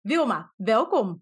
Wilma, welkom.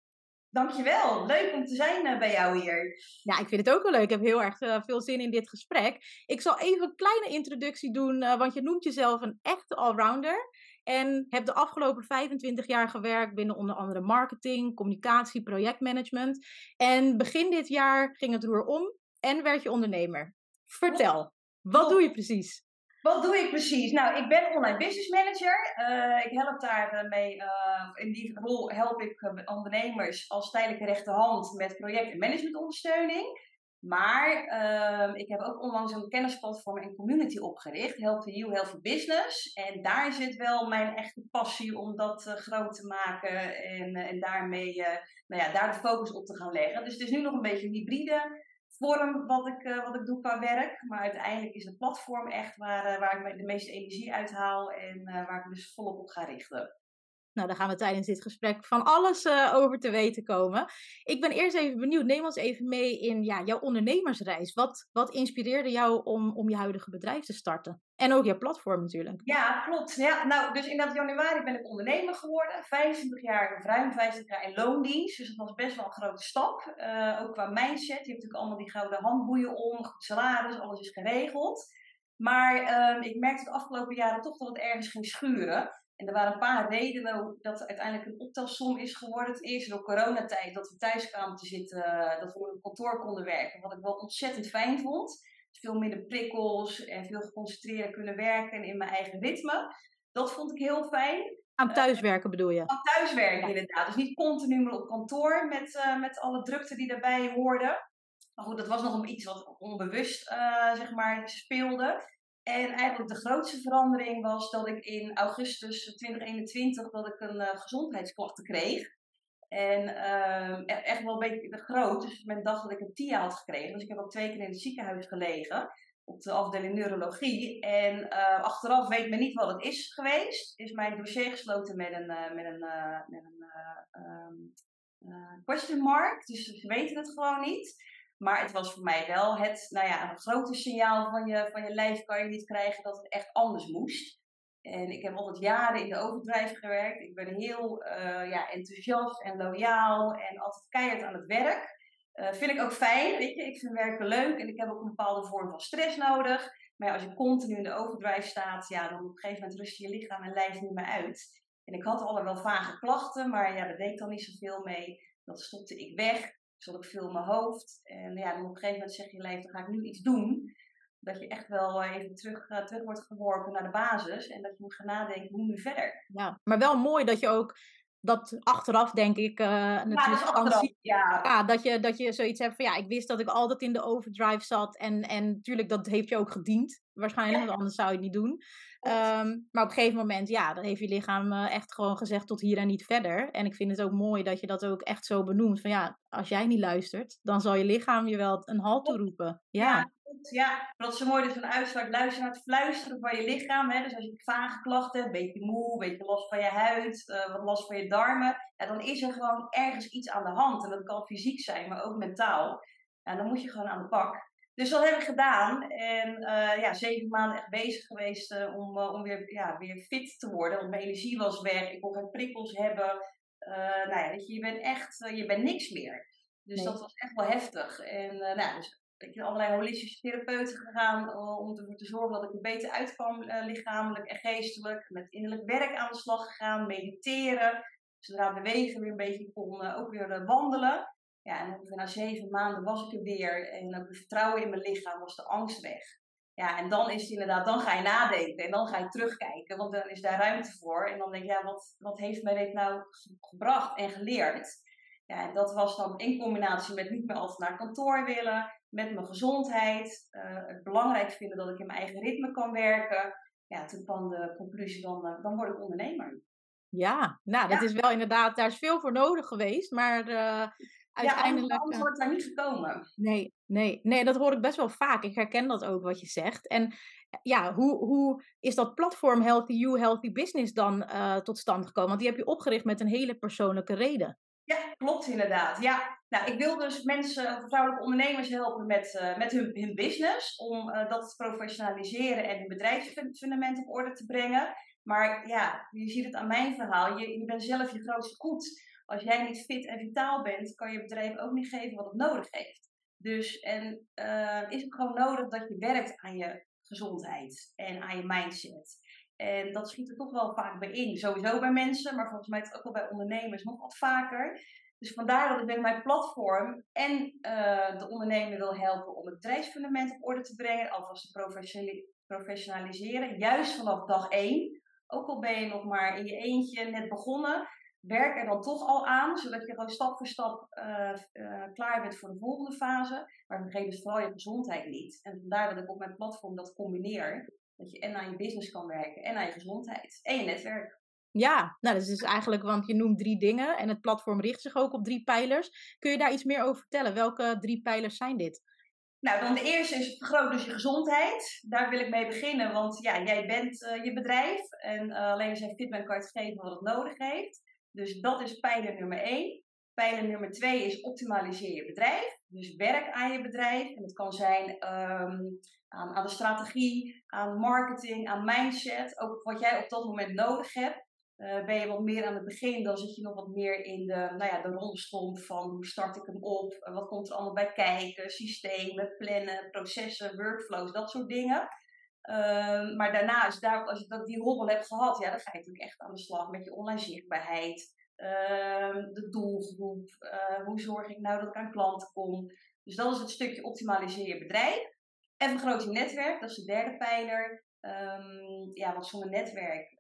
Dankjewel, leuk om te zijn bij jou hier. Ja, ik vind het ook wel leuk. Ik heb heel erg veel zin in dit gesprek. Ik zal even een kleine introductie doen, want je noemt jezelf een echte allrounder. En hebt de afgelopen 25 jaar gewerkt binnen onder andere marketing, communicatie, projectmanagement. En begin dit jaar ging het roer om en werd je ondernemer. Klopt, Vertel, wat doe je klopt. precies? Wat doe ik precies? Nou, ik ben online business manager. Ik help daarmee, in die rol help ik ondernemers als tijdelijke rechterhand met project- en managementondersteuning. Maar ik heb ook onlangs een kennisplatform en community opgericht, Healthy You, Healthy Business. En daar zit wel mijn echte passie om dat groot te maken en daarmee daar de focus op te gaan leggen. Dus het is nu nog een beetje een hybride vorm wat ik doe qua werk. Maar uiteindelijk is het platform echt waar ik de meeste energie uit haal en waar ik me dus volop op ga richten. Nou, daar gaan we tijdens dit gesprek van alles over te weten komen. Ik ben eerst even benieuwd. Neem ons even mee in jouw ondernemersreis. Wat inspireerde jou om je huidige bedrijf te starten? En ook jouw platform natuurlijk. Ja, klopt. Ja, nou, dus in dat januari ben ik ondernemer geworden. 25 jaar, of ruim 50 jaar in loondienst. Dus dat was best wel een grote stap. Ook qua mindset. Je hebt natuurlijk allemaal die gouden handboeien om. Goed salaris, alles is geregeld. Maar ik merkte de afgelopen jaren toch dat het ergens ging schuren. En er waren een paar redenen hoe dat uiteindelijk een optelsom is geworden. Het eerste door coronatijd, dat we thuis kwamen te zitten, dat we op een kantoor konden werken. Wat ik wel ontzettend fijn vond. Veel minder prikkels en veel geconcentreerder kunnen werken in mijn eigen ritme. Dat vond ik heel fijn. Aan thuiswerken bedoel je? Van thuiswerken Ja. inderdaad. Dus niet continu meer op kantoor met alle drukte die daarbij hoorde. Maar goed, dat was nog iets wat onbewust zeg maar speelde. En eigenlijk de grootste verandering was dat ik in augustus 2021 dat ik een gezondheidsklachten kreeg. En echt wel een beetje groot. Dus men dacht dat ik een TIA had gekregen. Dus ik heb ook 2 keer in het ziekenhuis gelegen. Op de afdeling neurologie. En achteraf weet men niet wat het is geweest. Is mijn dossier gesloten met een question mark. Dus ze weten het gewoon niet. Maar het was voor mij wel een grote signaal van je lijf kan je niet krijgen dat het echt anders moest. En ik heb altijd jaren in de overdrijf gewerkt. Ik ben heel enthousiast en loyaal en altijd keihard aan het werk. Vind ik ook fijn, weet je. Ik vind werken leuk en ik heb ook een bepaalde vorm van stress nodig. Maar ja, als je continu in de overdrijf staat, ja, dan op een gegeven moment rust je lichaam en lijf niet meer uit. En ik had al wel vage klachten, maar ja, daar deed ik dan niet zoveel mee. Dat stopte ik weg, zat ik veel in mijn hoofd. En ja, dan op een gegeven moment zeg je lijf, dan ga ik nu iets doen. Dat je echt wel even terug wordt geworpen naar de basis. En dat je moet gaan nadenken, hoe nu verder? Ja, maar wel mooi dat je ook dat achteraf, denk ik, Ja, dus natuurlijk kan achteraf, zien. ja. Ja, dat je zoiets hebt van, ja, ik wist dat ik altijd in de overdrive zat. En natuurlijk, dat heeft je ook gediend. Waarschijnlijk, Ja, want anders zou je het niet doen. klopt. Maar op een gegeven moment, ja, dan heeft je lichaam echt gewoon gezegd tot hier en niet verder. En ik vind het ook mooi dat je dat ook echt zo benoemt. Van ja, als jij niet luistert, dan zal je lichaam je wel een halt toeroepen. Ja, Ja, klopt. Ja, dat is zo mooi dat van uitspraak luister naar het fluisteren van je lichaam. Hè. Dus als je vage klachten hebt, een beetje moe, een beetje last van je huid, wat last van je darmen. Ja, dan is er gewoon ergens iets aan de hand. En dat kan fysiek zijn, maar ook mentaal. En dan moet je gewoon aan de bak. Dus dat heb ik gedaan. En 7 maanden echt bezig geweest om weer fit te worden. Want mijn energie was weg. Ik kon geen prikkels hebben. Weet je bent echt, je bent niks meer. Dus dat nee. was echt wel heftig. En dus ik ben allerlei holistische therapeuten gegaan om ervoor te zorgen dat ik er beter uitkwam, lichamelijk en geestelijk. Met innerlijk werk aan de slag gegaan, mediteren. Zodra bewegen weer een beetje kon, ook weer wandelen. Ja, en ongeveer na 7 maanden was ik er weer. En ook het vertrouwen in mijn lichaam was de angst weg. Ja, en dan is het inderdaad, dan ga je nadenken en dan ga je terugkijken, want dan is daar ruimte voor. En dan denk je, ja, wat heeft mij dit nou gebracht en geleerd? Ja, en dat was dan in combinatie met niet meer altijd naar kantoor willen, met mijn gezondheid, het belangrijk vinden dat ik in mijn eigen ritme kan werken. Ja, toen kwam de conclusie, dan word ik ondernemer. Ja, nou, dat Ja, is wel inderdaad, daar is veel voor nodig geweest. Maar ja, anders, uiteindelijk. anders had ik daar niet gekomen. Nee, nee, nee, dat hoor ik best wel vaak. Ik herken dat ook wat je zegt. En ja, hoe is dat platform Healthy You, Healthy Business dan tot stand gekomen? Want die heb je opgericht met een hele persoonlijke reden. Ja, klopt inderdaad. Ja, nou, ik wil dus mensen, vrouwelijke ondernemers helpen met hun business. Om dat te professionaliseren en hun bedrijfsfundament op orde te brengen. Maar ja, je ziet het aan mijn verhaal. Je bent zelf je grootste goed. Als jij niet fit en vitaal bent, kan je bedrijf ook niet geven wat het nodig heeft. Dus, is het gewoon nodig dat je werkt aan je gezondheid en aan je mindset. En dat schiet er toch wel vaak bij in. Sowieso bij mensen, maar volgens mij is het ook wel bij ondernemers nog wat vaker. Dus vandaar dat ik met mijn platform en de ondernemer wil helpen om het bedrijfsfundament op orde te brengen, alvast te professionaliseren, juist vanaf dag één. Ook al ben je nog maar in je eentje net begonnen, werk er dan toch al aan, zodat je gewoon stap voor stap klaar bent voor de volgende fase. Maar vergeet dus vooral je gezondheid niet. En vandaar dat ik op mijn platform dat combineer. Dat je en aan je business kan werken en aan je gezondheid en je netwerk. Ja, nou dat is dus eigenlijk, want je noemt 3 dingen en het platform richt zich ook op 3 pijlers. Kun je daar iets meer over vertellen? Welke 3 pijlers zijn dit? Nou, dan de eerste is vergroot dus je gezondheid. Daar wil ik mee beginnen, want ja, jij bent je bedrijf. En alleen als jij fit bent, kan je het geven wat het nodig heeft. Dus dat is pijler nummer 1. Pijler nummer 2 is optimaliseer je bedrijf. Dus werk aan je bedrijf. En dat kan zijn aan de strategie, aan marketing, aan mindset. Ook wat jij op dat moment nodig hebt. Ben je wat meer aan het begin, dan zit je nog wat meer in de romslomp van hoe start ik hem op, wat komt er allemaal bij kijken, systemen, plannen, processen, workflows, dat soort dingen. Maar daarna, als je die hobbel hebt gehad, ja, dan ga je natuurlijk echt aan de slag met je online zichtbaarheid, de doelgroep, hoe zorg ik nou dat ik aan klanten kom. Dus dat is het stukje optimaliseer je bedrijf. En vergroot je netwerk, dat is de derde pijler. Want zonder netwerk,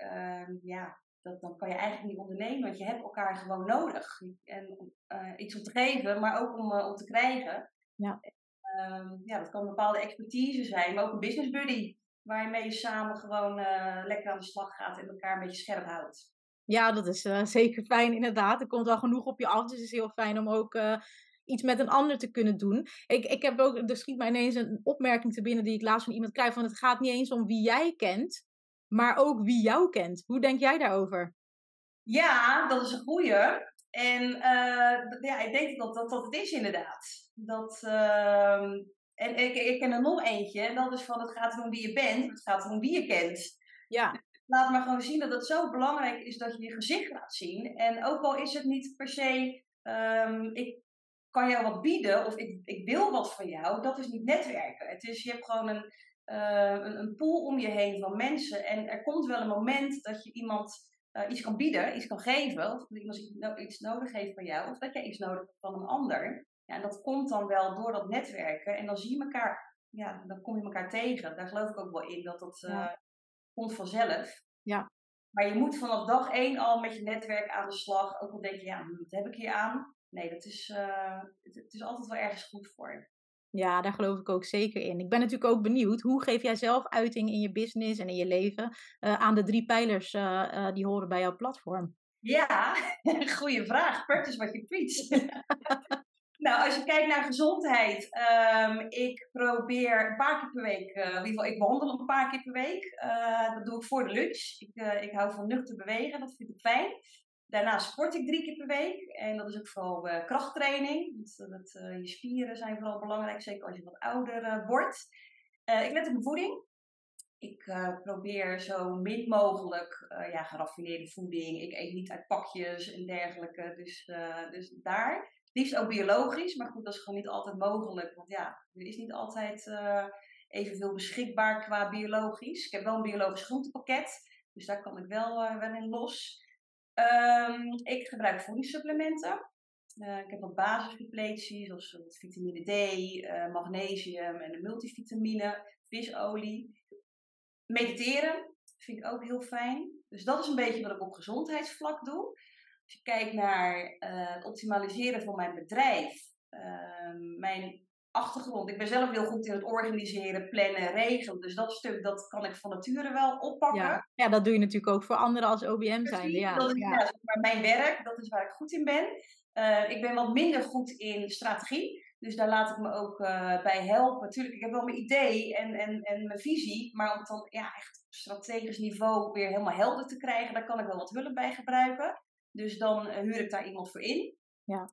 dan kan je eigenlijk niet ondernemen, want je hebt elkaar gewoon nodig. En iets om te geven, maar ook om te krijgen. Ja. Dat kan een bepaalde expertise zijn, maar ook een business buddy. Waarmee je samen gewoon lekker aan de slag gaat en elkaar een beetje scherp houdt. Ja, dat is zeker fijn inderdaad. Er komt wel genoeg op je af, dus het is heel fijn om ook iets met een ander te kunnen doen. Ik heb ook, er schiet mij ineens een opmerking te binnen die ik laatst van iemand krijg, van het gaat niet eens om wie jij kent, maar ook wie jou kent. Hoe denk jij daarover? Ja, dat is een goeie. En ik denk dat het is inderdaad. En ik ken er nog eentje. En dat is van het gaat erom wie je bent. Het gaat erom wie je kent. Ja, Laat maar gewoon zien dat het zo belangrijk is dat je je gezicht laat zien. En ook al is het niet per se, ik kan jou wat bieden of ik wil wat van jou. Dat is niet netwerken. Het is, je hebt gewoon een pool om je heen van mensen. En er komt wel een moment dat je iemand iets kan bieden, iets kan geven, of dat iemand iets nodig heeft van jou, of dat jij iets nodig hebt van een ander. Ja, en dat komt dan wel door dat netwerken en dan zie je elkaar, ja, dan kom je elkaar tegen. Daar geloof ik ook wel in, dat ja, komt vanzelf. ja. Maar je moet vanaf dag één al met je netwerk aan de slag, ook al denk je, ja, wat heb ik hier aan? Nee, het is altijd wel ergens goed voor. Ja, daar geloof ik ook zeker in. Ik ben natuurlijk ook benieuwd, hoe geef jij zelf uiting in je business en in je leven aan de 3 pijlers die horen bij jouw platform? Ja, goede vraag. Practice what you preach. Nou, als je kijkt naar gezondheid, ik probeer een paar keer per week, in ieder geval ik wandel een paar keer per week. Dat doe ik voor de lunch. Ik hou van nuchter bewegen, dat vind ik fijn. Daarna sport ik 3 keer per week en dat is ook vooral krachttraining. Je spieren zijn vooral belangrijk, zeker als je wat ouder wordt. Ik let op mijn voeding. Ik probeer zo min mogelijk geraffineerde voeding. Ik eet niet uit pakjes en dergelijke. Dus daar. Liefst ook biologisch, maar goed, dat is gewoon niet altijd mogelijk. Want ja, er is niet altijd evenveel beschikbaar qua biologisch. Ik heb wel een biologisch groentepakket, dus daar kan ik wel in los. Ik gebruik voedingssupplementen. Ik heb wat basissuppleties, zoals vitamine D, magnesium en een multivitamine, visolie. Mediteren vind ik ook heel fijn. Dus dat is een beetje wat ik op gezondheidsvlak doe. Als je kijkt naar het optimaliseren van mijn bedrijf, mijn achtergrond. Ik ben zelf heel goed in het organiseren, plannen, regelen. Dus dat stuk dat kan ik van nature wel oppakken. Ja. Ja, dat doe je natuurlijk ook voor anderen als OBM zijnde. Precies, Ja, dat is ja, zeg maar mijn werk, dat is waar ik goed in ben. Ik ben wat minder goed in strategie. Dus daar laat ik me ook bij helpen. Natuurlijk, ik heb wel mijn idee en mijn visie. Maar om het dan echt op strategisch niveau weer helemaal helder te krijgen, daar kan ik wel wat hulp bij gebruiken. Dus dan huur ik daar iemand voor in. ja.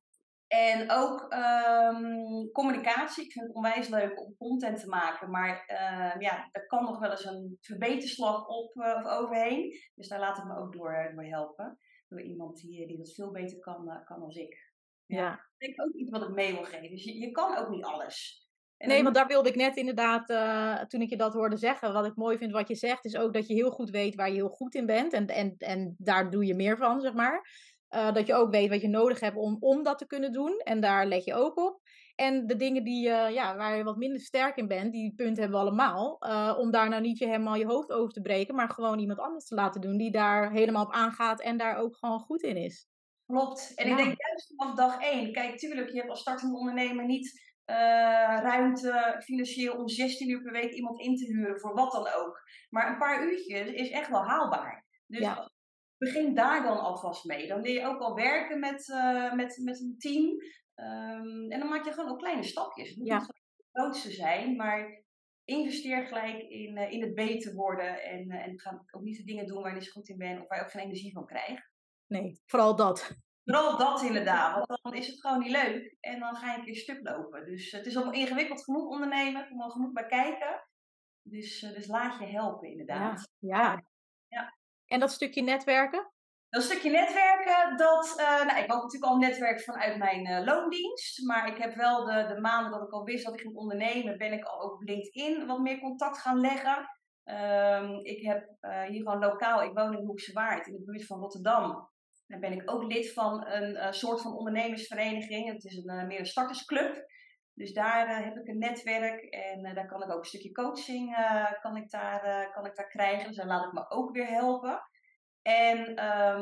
En ook communicatie. Ik vind het onwijs leuk om content te maken. Maar ja, daar kan nog wel eens een verbeterslag op of overheen. Dus daar laat ik me ook door helpen. Door iemand die dat veel beter kan als ik. Ja, Ja. dat is denk ik ook iets wat ik mee wil geven. Dus je kan ook niet alles. En Nee, dat want daar wilde ik net inderdaad, toen ik je dat hoorde zeggen, wat ik mooi vind wat je zegt, is ook dat je heel goed weet waar je heel goed in bent. En daar doe je meer van, zeg maar. Dat je ook weet wat je nodig hebt om dat te kunnen doen. En daar let je ook op. En de dingen ja, waar je wat minder sterk in bent, die punten hebben we allemaal. Om daar nou niet helemaal je hoofd over te breken, maar gewoon iemand anders te laten doen die daar helemaal op aangaat en daar ook gewoon goed in is. klopt. En ik Ja, denk juist vanaf dag één. Kijk, tuurlijk, je hebt als startende ondernemer niet ruimte financieel om 16 uur per week iemand in te huren voor wat dan ook. Maar een paar uurtjes is echt wel haalbaar. Dus ja, begin daar dan alvast mee. Dan leer je ook al werken met een team. En dan maak je gewoon ook kleine stapjes. Het hoeft niet ja. gelijk het grootste zijn, maar investeer gelijk in het beter worden. En ga ook niet de dingen doen waar je niet zo goed in bent of waar je ook geen energie van krijgt. Nee, vooral dat. Vooral dat inderdaad, want dan is het gewoon niet leuk en dan ga je een keer stuk lopen. Dus het is allemaal ingewikkeld genoeg ondernemen, er moet genoeg bij kijken. Dus laat je helpen Ja, inderdaad. Ja, ja. ja. En dat stukje netwerken? Dat stukje netwerken, nou, ik had natuurlijk al netwerk vanuit mijn loondienst. Maar ik heb wel de maanden dat ik al wist dat ik ging ondernemen, ben ik al op LinkedIn wat meer contact gaan leggen. Ik heb hier gewoon lokaal, ik woon in Hoekse Waard in de buurt van Rotterdam. Daar ben ik ook lid van een soort van ondernemersvereniging. Het is meer een startersclub. Dus daar heb ik een netwerk en daar kan ik ook een stukje coaching kan ik daar krijgen. Dus daar laat ik me ook weer helpen. En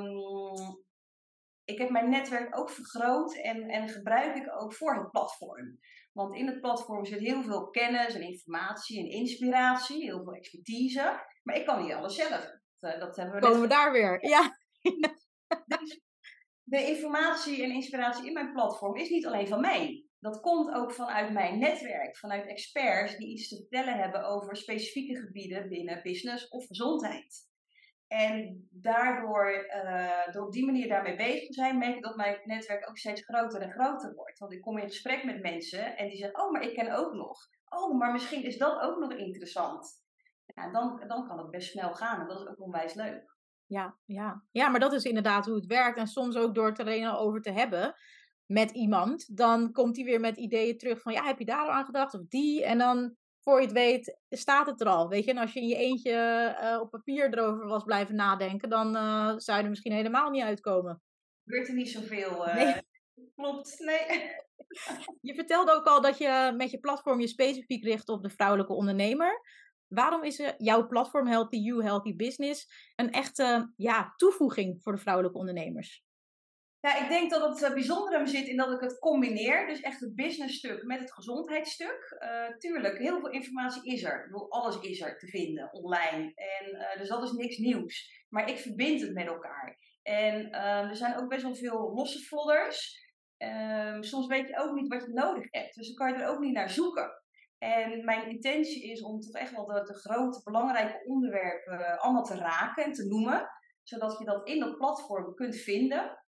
ik heb mijn netwerk ook vergroot en gebruik ik ook voor het platform. Want in het platform zit heel veel kennis en informatie en inspiratie, heel veel expertise. Maar ik kan niet alles zelf. Dat hebben we net Komen we daar weer? Ja, dus de informatie en inspiratie in mijn platform is niet alleen van mij. Dat komt ook vanuit mijn netwerk, vanuit experts die iets te vertellen hebben over specifieke gebieden binnen business of gezondheid. En daardoor, door op die manier daarmee bezig te zijn, merk ik dat mijn netwerk ook steeds groter en groter wordt. Want ik kom in gesprek met mensen en die zeggen, oh, maar ik ken ook nog. Oh, maar misschien is dat ook nog interessant. Ja, dan kan het best snel gaan en dat is ook onwijs leuk. ja, ja. Ja, maar dat is inderdaad hoe het werkt. En soms ook door het er alleen al over te hebben met iemand, dan komt hij weer met ideeën terug van, ja, heb je daar al aan gedacht? Of die? En dan, voor je het weet, staat het er al. Weet je, en als je in je eentje op papier erover was blijven nadenken, dan zou je er misschien helemaal niet uitkomen. Er gebeurt er niet zoveel. Nee. Klopt, nee. Je vertelde ook al dat je met je platform je specifiek richt op de vrouwelijke ondernemer. Waarom is jouw platform Healthy You, Healthy Business een echte toevoeging voor de vrouwelijke ondernemers? Ja, ik denk dat het bijzondere hem zit in dat ik het combineer. Dus echt het businessstuk met het gezondheidsstuk. Tuurlijk, heel veel informatie is er. Ik bedoel, alles is er te vinden online. En, dus dat is niks nieuws. Maar ik verbind het met elkaar. En er zijn ook best wel veel losse vlodders. Soms weet je ook niet wat je nodig hebt. Dus dan kan je er ook niet naar zoeken. En mijn intentie is om toch echt wel de grote, belangrijke onderwerpen allemaal te raken en te noemen. Zodat je dat in dat platform kunt vinden.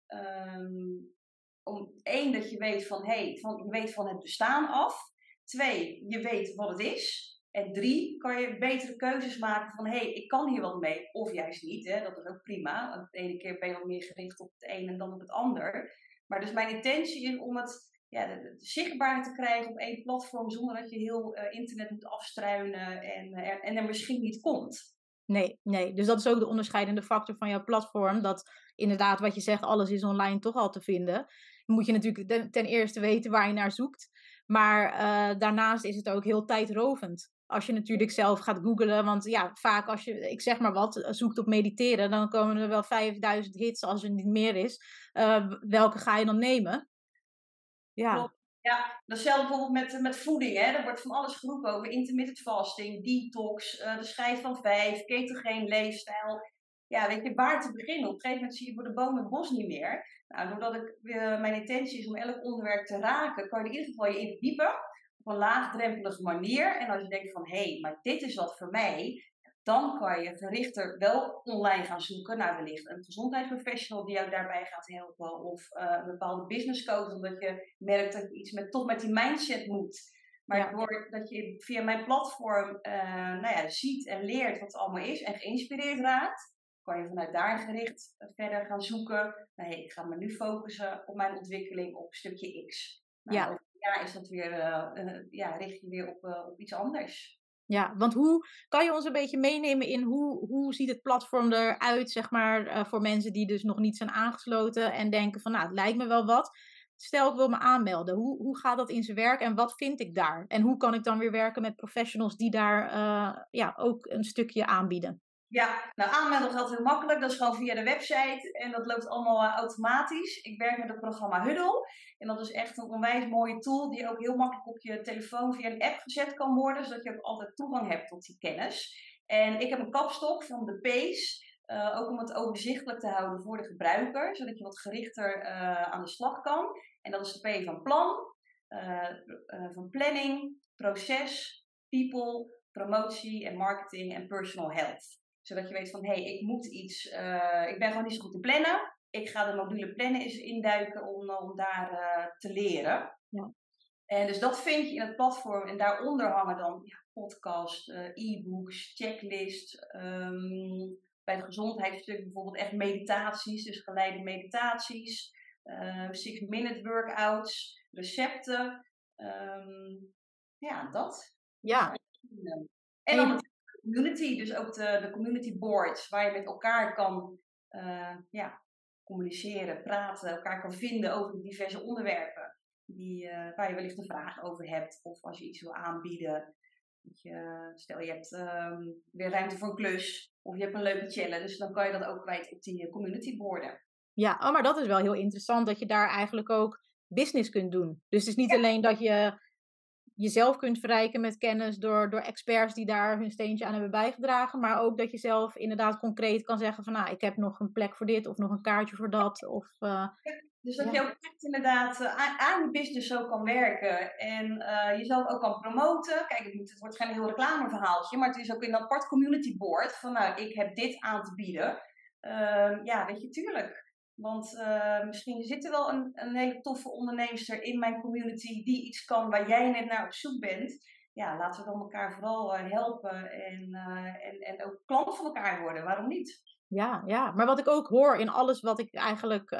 Om één, dat je weet van, je weet van het bestaan af. Twee, je weet wat het is. En drie, kan je betere keuzes maken van, ik kan hier wat mee. Of juist niet, hè? Dat is ook prima. Want de ene keer ben je wat meer gericht op het een en dan op het ander. Maar dus mijn intentie is om het zichtbaar te krijgen op één platform, zonder dat je heel internet moet afstruinen en er misschien niet komt. Nee, nee. Dus dat is ook de onderscheidende factor van jouw platform. Dat inderdaad, wat je zegt, alles is online toch al te vinden. Dan moet je natuurlijk ten eerste weten waar je naar zoekt. Maar daarnaast is het ook heel tijdrovend. Als je natuurlijk zelf gaat googlen. Want ja, vaak als je, ik zeg maar wat, zoekt op mediteren. Dan komen er wel 5000 hits als er niet meer is. Welke ga je dan nemen? Ja, Klopt. Ja, datzelfde bijvoorbeeld met voeding. Hè. Er wordt van alles geroepen over intermittent fasting, detox, de schijf van 5, ketogeen leefstijl. Ja, weet je, waar te beginnen? Op een gegeven moment zie je voor de boom het bos niet meer. Nou, doordat mijn intentie is om elk onderwerp te raken, kan je in ieder geval je in verdiepen op een laagdrempelige manier. En als je denkt van, maar dit is wat voor mij, dan kan je gerichter wel online gaan zoeken naar wellicht een gezondheidsprofessional die jou daarbij gaat helpen. Of een bepaalde business coach, omdat je merkt dat je iets toch met die mindset moet. Maar Ja. doordat je via mijn platform ziet en leert wat het allemaal is en geïnspireerd raakt, kan je vanuit daar gericht verder gaan zoeken. Nee, ik ga me nu focussen op mijn ontwikkeling op stukje X. Nou, Ja. over een jaar is dat weer, richt je weer op iets anders. Ja, want hoe kan je ons een beetje meenemen in hoe ziet het platform eruit, zeg maar, voor mensen die dus nog niet zijn aangesloten en denken van, nou, het lijkt me wel wat. Stel, ik wil me aanmelden. Hoe gaat dat in zijn werk en wat vind ik daar? En hoe kan ik dan weer werken met professionals die daar ook een stukje aanbieden? Ja, nou aanmelden gaat heel makkelijk. Dat is gewoon via de website en dat loopt allemaal automatisch. Ik werk met het programma Huddle en dat is echt een onwijs mooie tool die ook heel makkelijk op je telefoon via een app gezet kan worden, zodat je ook altijd toegang hebt tot die kennis. En ik heb een kapstok van de Pace, ook om het overzichtelijk te houden voor de gebruiker, zodat je wat gerichter aan de slag kan. En dat is de P van plan, van planning, proces, people, promotie en marketing en personal health. Zodat je weet van, hé, ik moet iets, ik ben gewoon niet zo goed te plannen. Ik ga de module plannen eens induiken om daar te leren. Ja. En dus dat vind je in het platform. En daaronder hangen dan podcasts, e-books, checklists. Bij het gezondheidsstuk bijvoorbeeld echt meditaties, dus geleide meditaties. 6-minute workouts, recepten. Dat. Ja. En dan de community, dus ook de community boards, waar je met elkaar kan communiceren, praten, elkaar kan vinden over de diverse onderwerpen waar je wellicht een vraag over hebt, of als je iets wil aanbieden. Stel je hebt weer ruimte voor een klus, of je hebt een leuke challenge, dus dan kan je dat ook kwijt op die community boarden. Ja, maar dat is wel heel interessant dat je daar eigenlijk ook business kunt doen. Dus het is niet alleen dat je jezelf kunt verrijken met kennis door experts die daar hun steentje aan hebben bijgedragen. Maar ook dat je zelf inderdaad concreet kan zeggen van, nou, ik heb nog een plek voor dit of nog een kaartje voor dat. Dus dat je ook echt inderdaad aan je business zo kan werken en jezelf ook kan promoten. Kijk, het wordt geen heel reclameverhaaltje, maar het is ook een apart community board van, nou, ik heb dit aan te bieden. Weet je, tuurlijk. Want misschien zit er wel een hele toffe onderneemster in mijn community die iets kan waar jij net naar op zoek bent. Ja, laten we dan elkaar vooral helpen en ook klant van elkaar worden. Waarom niet? Ja, maar wat ik ook hoor in alles wat ik eigenlijk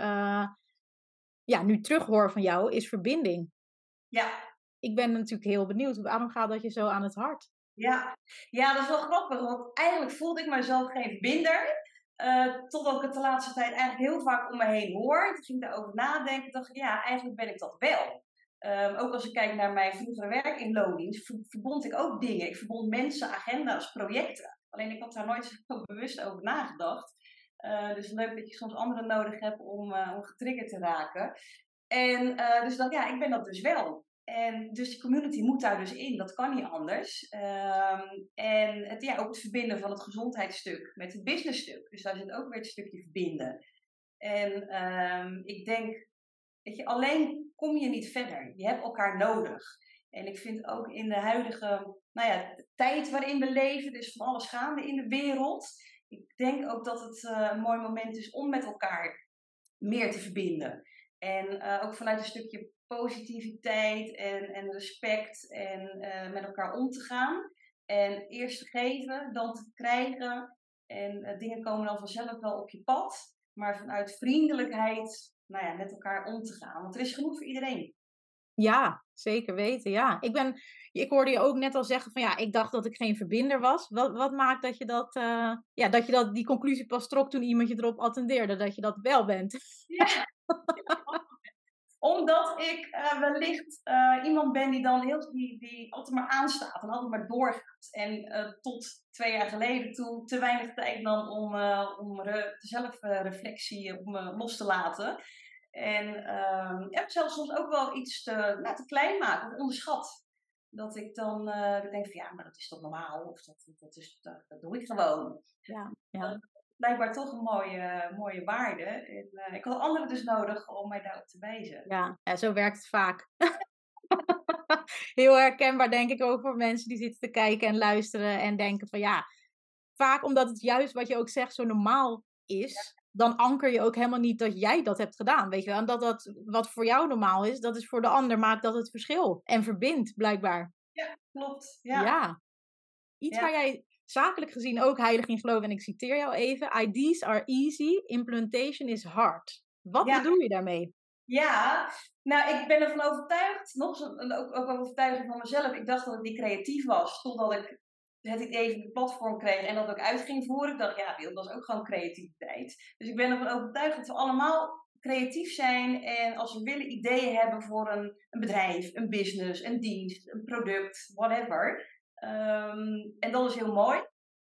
nu terughoor van jou, is verbinding. Ja. Ik ben natuurlijk heel benieuwd, waarom gaat dat je zo aan het hart? Ja, dat is wel grappig, want eigenlijk voelde ik mezelf geen verbinder. Totdat ik het de laatste tijd eigenlijk heel vaak om me heen hoor. Toen ging ik daarover nadenken. Dacht ik, ja, eigenlijk ben ik dat wel. Ook als ik kijk naar mijn vroegere werk in loondienst, verbond ik ook dingen. Ik verbond mensen, agenda's, projecten. Alleen ik had daar nooit zo bewust over nagedacht. Dus leuk dat je soms anderen nodig hebt om getriggerd te raken. En dus dacht ik, ja, ik ben dat dus wel. En dus de community moet daar dus in, dat kan niet anders. Ook het verbinden van het gezondheidsstuk met het businessstuk. Dus daar zit ook weer het stukje verbinden. En ik denk, weet je, alleen kom je niet verder. Je hebt elkaar nodig. En ik vind ook in de huidige tijd waarin we leven, dus van alles gaande in de wereld. Ik denk ook dat het een mooi moment is om met elkaar meer te verbinden. En ook vanuit een stukje positiviteit en respect en met elkaar om te gaan. En eerst te geven, dan te krijgen. En dingen komen dan vanzelf wel op je pad. Maar vanuit vriendelijkheid met elkaar om te gaan. Want er is genoeg voor iedereen. Ja, zeker weten, ja. Ik hoorde je ook net al zeggen van, ja, ik dacht dat ik geen verbinder was. Wat maakt dat je die conclusie pas trok toen iemand je erop attendeerde, dat je dat wel bent? Ja. Omdat ik wellicht iemand ben die dan die altijd maar aanstaat en altijd maar doorgaat. En tot 2 jaar geleden toe te weinig tijd dan om zelfreflectie los te laten. En zelfs soms ook wel iets te klein maken of onderschat. Dat ik dan denk van ja, maar dat is toch normaal? Of dat doe ik gewoon. Ja. Blijkbaar toch een mooie waarde. En ik had anderen dus nodig om mij daarop te wijzen. Ja, zo werkt het vaak. Heel herkenbaar denk ik ook voor mensen die zitten te kijken en luisteren en denken van, ja, vaak omdat het juist wat je ook zegt zo normaal is, dan anker je ook helemaal niet dat jij dat hebt gedaan, weet je wel. En dat wat voor jou normaal is, dat is voor de ander maakt dat het verschil en verbindt blijkbaar. Ja, klopt. Ja, Ja, iets ja, waar jij zakelijk gezien ook heilig in gelooft en ik citeer jou even: "Ideas are easy, implementation is hard." Wat ja. bedoel je daarmee? Ja, nou, ik ben ervan overtuigd, nog zo, ook overtuiging van mezelf. Ik dacht dat ik niet creatief was, totdat ik het idee van de platform kreeg en dat ook uit ging voeren. Ik dacht, ja, dat is ook gewoon creativiteit. Dus ik ben ervan overtuigd dat we allemaal creatief zijn en als we willen ideeën hebben voor een bedrijf, een business, een dienst, een product, whatever. En dat is heel mooi.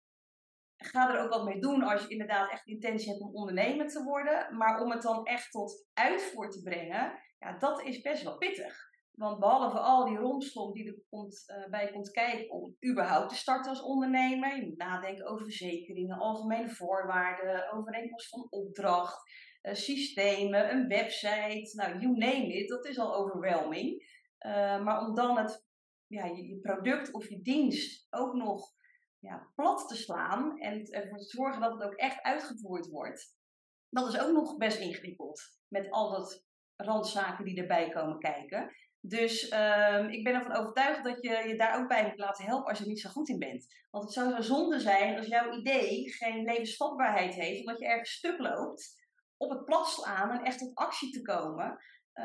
Ga er ook wat mee doen als je inderdaad echt intentie hebt om ondernemer te worden. Maar om het dan echt tot uitvoer te brengen, ja, dat is best wel pittig. Want behalve al die romslomp die er bij komt kijken om überhaupt te starten als ondernemer. Je moet nadenken over verzekeringen, algemene voorwaarden, overeenkomst van opdracht, systemen, een website. Nou, you name it, dat is al overwhelming. Maar om dan je product of je dienst ook nog plat te slaan en ervoor te zorgen dat het ook echt uitgevoerd wordt. Dat is ook nog best ingewikkeld. Met al dat randzaken die erbij komen kijken. Dus ik ben ervan overtuigd dat je je daar ook bij moet laten helpen als je er niet zo goed in bent. Want het zou zo zonde zijn als jouw idee geen levensvatbaarheid heeft, omdat je ergens stuk loopt, op het plat slaan en echt tot actie te komen.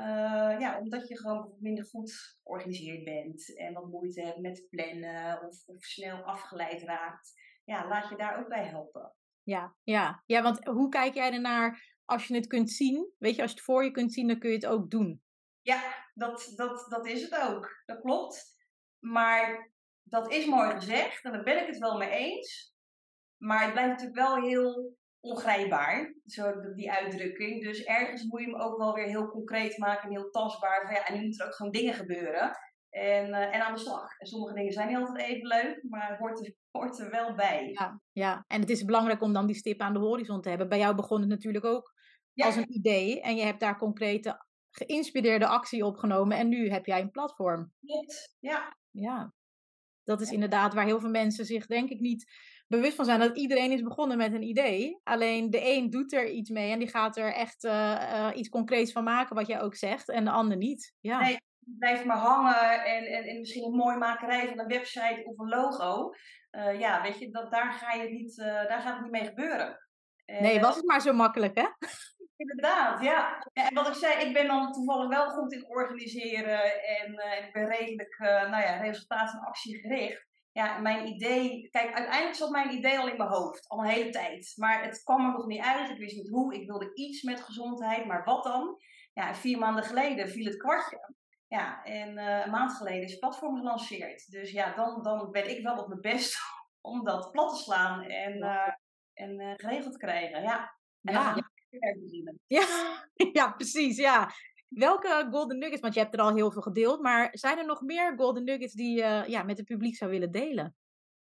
Omdat je gewoon minder goed georganiseerd bent en wat moeite hebt met plannen of snel afgeleid raakt. Ja, laat je daar ook bij helpen. Ja, ja. Ja, want hoe kijk jij ernaar als je het kunt zien? Weet je, als je het voor je kunt zien, dan kun je het ook doen. Ja, dat is het ook. Dat klopt. Maar dat is mooi gezegd en daar ben ik het wel mee eens. Maar het blijft natuurlijk wel heel ongrijpbaar, zo die uitdrukking. Dus ergens moet je hem ook wel weer heel concreet maken en heel tastbaar. Van, ja, en nu moeten er ook gewoon dingen gebeuren. En aan de slag. En sommige dingen zijn niet altijd even leuk, maar hoort er wel bij. Ja, ja. En het is belangrijk om dan die stip aan de horizon te hebben. Bij jou begon het natuurlijk ook als Ja, een idee en je hebt daar concrete geïnspireerde actie opgenomen en nu heb jij een platform. klopt. Ja. Ja, dat is Ja. inderdaad waar heel veel mensen zich denk ik niet bewust van zijn. Dat iedereen is begonnen met een idee. Alleen de een doet er iets mee en die gaat er echt iets concreets van maken, wat jij ook zegt, en de ander niet. Ja. Nee, het blijft maar hangen en misschien een mooi makerij van een website of een logo. Ja, weet je, daar gaat het niet mee gebeuren. Nee, En was het maar zo makkelijk, hè? inderdaad, ja. Ja. En wat ik zei, ik ben dan toevallig wel goed in organiseren en ik ben redelijk resultaat- en actiegericht. Ja, en mijn idee, kijk, uiteindelijk zat mijn idee al in mijn hoofd, al een hele tijd. Maar het kwam er nog niet uit, ik wist niet hoe, ik wilde iets met gezondheid, maar wat dan? Ja, en 4 maanden geleden viel het kwartje. Ja, en een maand geleden is het platform gelanceerd. Dus ja, dan ben ik wel op mijn best om dat plat te slaan en geregeld te krijgen. Ja, en dan gaat Ja. werk verdienen. Ja, ja, precies, ja. Welke golden nuggets, want je hebt er al heel veel gedeeld, maar zijn er nog meer golden nuggets die je met het publiek zou willen delen?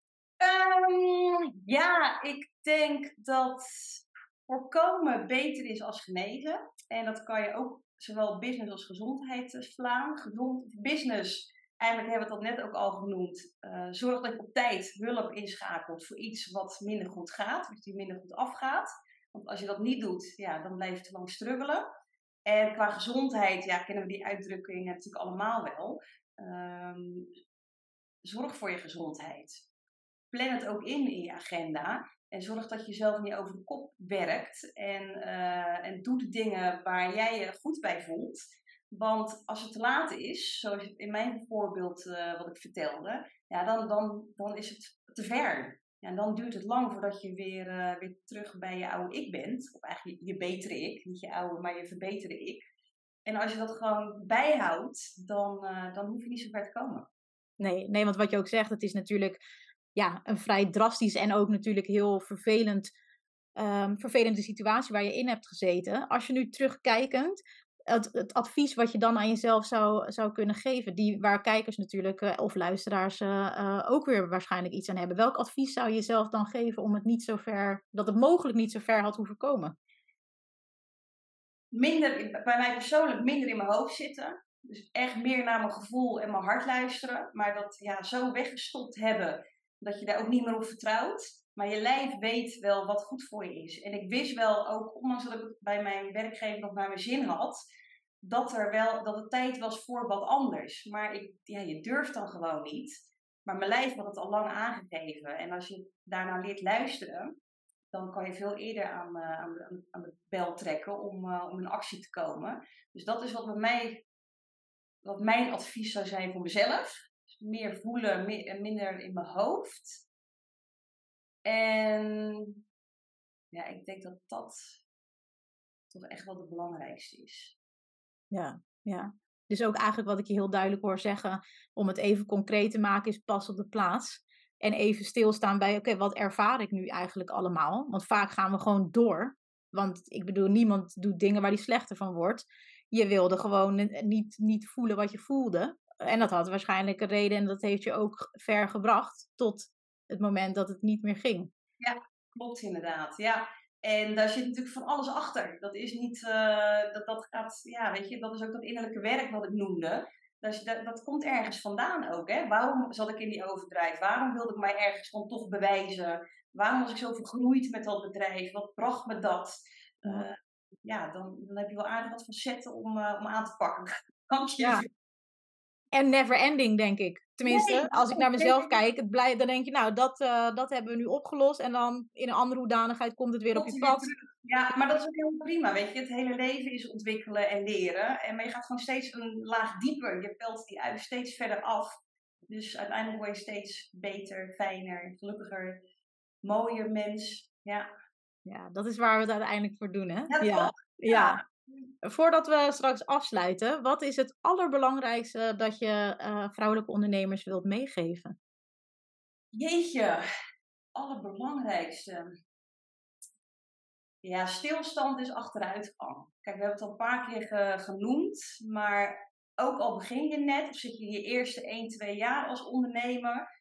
Ja, ik denk dat voorkomen beter is als genezen. En dat kan je ook zowel business als gezondheid slaan. Gezond business, eigenlijk hebben we het al net ook al genoemd. Zorg dat je op tijd hulp inschakelt voor iets wat minder goed gaat, of die minder goed afgaat. Want als je dat niet doet, ja, dan blijf je te lang struggelen. En qua gezondheid, ja, kennen we die uitdrukking natuurlijk allemaal wel. Ehm, Zorg voor je gezondheid. Plan het ook in je agenda. En zorg dat je jezelf niet over de kop werkt. En doe de dingen waar jij je goed bij voelt. Want als het te laat is, zoals in mijn voorbeeld wat ik vertelde, ja, dan is het te ver. Ja, en dan duurt het lang voordat je weer terug bij je oude ik bent. Of eigenlijk je betere ik. Niet je oude, maar je verbeterde ik. En als je dat gewoon bijhoudt, dan hoef je niet zo ver te komen. Nee, nee, want wat je ook zegt, het is natuurlijk een vrij drastisch en ook natuurlijk heel vervelende situatie waar je in hebt gezeten. Als je nu terugkijkend, het advies wat je dan aan jezelf zou kunnen geven, waar kijkers natuurlijk of luisteraars ook weer waarschijnlijk iets aan hebben. Welk advies zou je jezelf dan geven om het niet zo ver, dat het mogelijk niet zo ver had hoeven komen? Bij mij persoonlijk minder in mijn hoofd zitten. Dus echt meer naar mijn gevoel en mijn hart luisteren. Maar dat zo weggestopt hebben dat je daar ook niet meer op vertrouwt. Maar je lijf weet wel wat goed voor je is. En ik wist wel ook, ondanks dat ik het bij mijn werkgever nog naar mijn zin had, dat het tijd was voor wat anders. Maar je durft dan gewoon niet. Maar mijn lijf had het al lang aangegeven. En als je daarna leert luisteren, dan kan je veel eerder aan de bel trekken om in actie te komen. Dus dat is wat mijn advies zou zijn voor mezelf. Dus meer voelen en minder in mijn hoofd. En ja, ik denk dat dat toch echt wel het belangrijkste is. Ja, ja. Dus ook eigenlijk wat ik je heel duidelijk hoor zeggen, om het even concreet te maken, is pas op de plaats. En even stilstaan bij, oké, wat ervaar ik nu eigenlijk allemaal? Want vaak gaan we gewoon door. Want ik bedoel, niemand doet dingen waar hij slechter van wordt. Je wilde gewoon niet voelen wat je voelde. En dat had waarschijnlijk een reden en dat heeft je ook ver gebracht tot het moment dat het niet meer ging. Ja, klopt inderdaad. Ja. En daar zit natuurlijk van alles achter. Dat is niet, dat gaat, ja, weet je, dat is ook dat innerlijke werk wat ik noemde. Dat komt ergens vandaan ook. Hè? Waarom zat ik in die overdrijf? Waarom wilde ik mij ergens van toch bewijzen? Waarom was ik zo vergroeid met dat bedrijf? Wat bracht me dat? Ja. Dan heb je wel aardig wat facetten om aan te pakken. Dank Ja. je. En never ending, denk ik. Nee, Tenminste, als ik naar mezelf kijk, dan denk je, nou, dat hebben we nu opgelost. En dan in een andere hoedanigheid komt het weer op komt je hij weer pad. terug. Ja, maar dat is ook heel prima, weet je. Het hele leven is ontwikkelen en leren. Maar je gaat gewoon steeds een laag dieper. Je pelt die ui steeds verder af. Dus uiteindelijk word je steeds beter, fijner, gelukkiger, mooier mens. Ja, Ja, dat is waar we het uiteindelijk voor doen, hè? ja Ja, toch? ja. Ja. Voordat we straks afsluiten, wat is het allerbelangrijkste dat je vrouwelijke ondernemers wilt meegeven? Jeetje, allerbelangrijkste. Ja, stilstand is achteruitgang. Kijk, we hebben het al een paar keer genoemd, maar ook al begin je net, of zit je in je eerste 1, 2 jaar als ondernemer,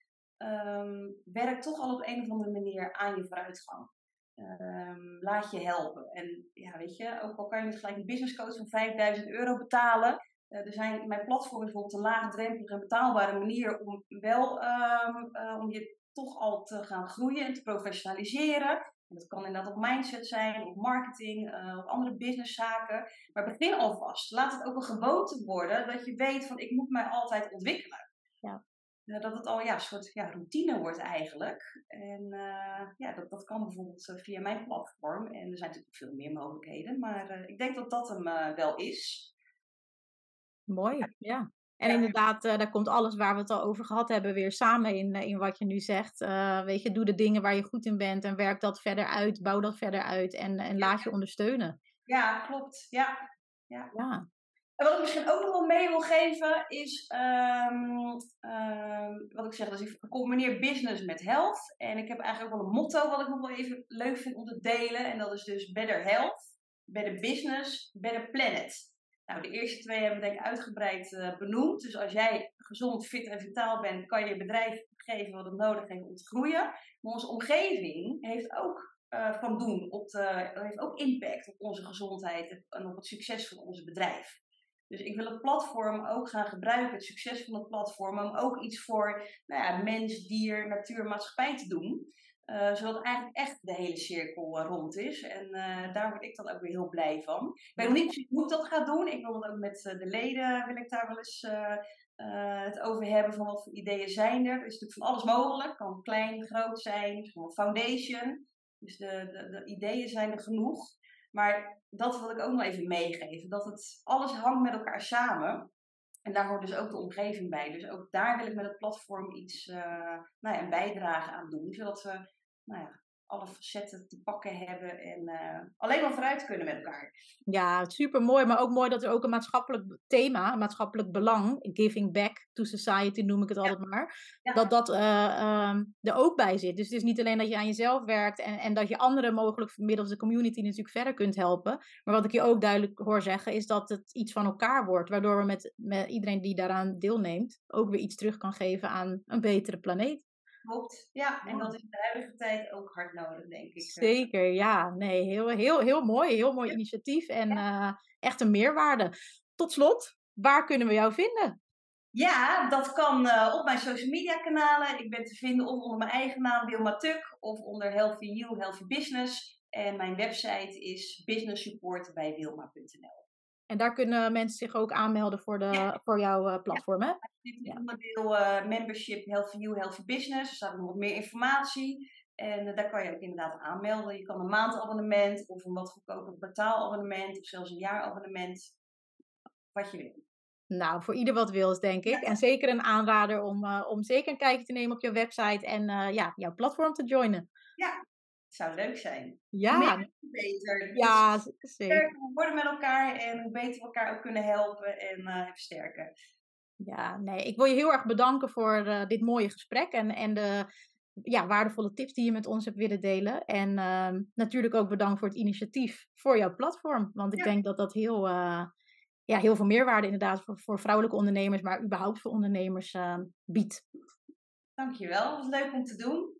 werk toch al op een of andere manier aan je vooruitgang. Laat je helpen. En ja, weet je, ook al kan je niet gelijk een business coach van €5.000 betalen, mijn platform is bijvoorbeeld een laagdrempelige en betaalbare manier om wel om je toch al te gaan groeien en te professionaliseren. En dat kan inderdaad op mindset zijn, op marketing, op andere businesszaken. Maar begin alvast. Laat het ook een gewoonte worden dat je weet van ik moet mij altijd ontwikkelen. Ja. Dat het al een soort routine wordt eigenlijk. En dat kan bijvoorbeeld via mijn platform. En er zijn natuurlijk veel meer mogelijkheden. Maar ik denk dat dat hem wel is. Mooi, ja. En Ja, inderdaad, daar komt alles waar we het al over gehad hebben weer samen in wat je nu zegt. Weet je, doe de dingen waar je goed in bent en werk dat verder uit, bouw dat verder uit en laat je ondersteunen. ja, klopt. Ja. Ja. Ja, En wat ik misschien ook nog wel mee wil geven is, wat ik zeg, dus ik combineer business met health. En ik heb eigenlijk ook wel een motto wat ik nog wel even leuk vind om te delen. En dat is dus better health, better business, better planet. Nou, de eerste twee hebben we denk ik uitgebreid benoemd. Dus als jij gezond, fit en vitaal bent, kan je je bedrijf geven wat het nodig heeft om te groeien. Maar onze omgeving heeft ook van doen heeft ook impact op onze gezondheid en op het succes van ons bedrijf. Dus ik wil het platform ook gaan gebruiken, het succes van het platform, om ook iets voor mens, dier, natuur, maatschappij te doen. Zodat eigenlijk echt de hele cirkel rond is. En daar word ik dan ook weer heel blij van. Ik weet nog niet precies hoe ik dat ga doen. Ik wil dat ook met de leden, wil ik daar wel eens het over hebben van wat voor ideeën zijn er. Er is natuurlijk van alles mogelijk. Het kan klein, groot zijn, het kan een foundation. Dus de ideeën zijn er genoeg. Maar dat wil ik ook nog even meegeven. Dat alles hangt met elkaar samen. En daar hoort dus ook de omgeving bij. Dus ook daar wil ik met het platform een bijdrage aan doen. Zodat we alle facetten te pakken hebben en alleen maar vooruit kunnen met elkaar. ja, super mooi. Maar ook mooi dat er ook een maatschappelijk thema, een maatschappelijk belang, giving back to society noem ik het Ja, altijd maar, ja. dat er ook bij zit. Dus het is niet alleen dat je aan jezelf werkt en dat je anderen mogelijk middels de community natuurlijk verder kunt helpen. Maar wat ik je ook duidelijk hoor zeggen is dat het iets van elkaar wordt. Waardoor we met iedereen die daaraan deelneemt ook weer iets terug kan geven aan een betere planeet. Klopt. Ja, en dat is in de huidige tijd ook hard nodig, denk ik. Zeker, ja. Nee, heel mooi. Heel mooi Ja, initiatief en ja. echt een meerwaarde. Tot slot, waar kunnen we jou vinden? Ja, dat kan op mijn social media kanalen. Ik ben te vinden of onder mijn eigen naam Wilma Tuk of onder Healthy You, Healthy Business. En mijn website is businesssupport bij wilma.nl. En daar kunnen mensen zich ook aanmelden Ja, voor jouw ja. platform, hè? Dit is Ja. onderdeel membership Healthy You, Healthy Business. Er staat nog wat meer informatie. En daar kan je ook inderdaad aanmelden. Je kan een maandabonnement of een wat goedkoper kwartaalabonnement of zelfs een jaarabonnement. Wat je wil. Nou, voor ieder wat wils, denk ik. En zeker een aanrader om zeker een kijkje te nemen op jouw website en ja, jouw platform te joinen. Ja, het zou leuk zijn. Hoe meer, Ja, hoe beter. Het is ja, zeker. sterker we worden met elkaar en hoe beter we elkaar ook kunnen helpen en versterken. Ja, nee, ik wil je heel erg bedanken voor dit mooie gesprek en de ja, waardevolle tips die je met ons hebt willen delen. En natuurlijk ook bedankt voor het initiatief voor jouw platform. Want ik Ja, denk dat dat ja, heel veel meerwaarde inderdaad voor vrouwelijke ondernemers, maar überhaupt voor ondernemers biedt. dankjewel. Het was leuk om te doen.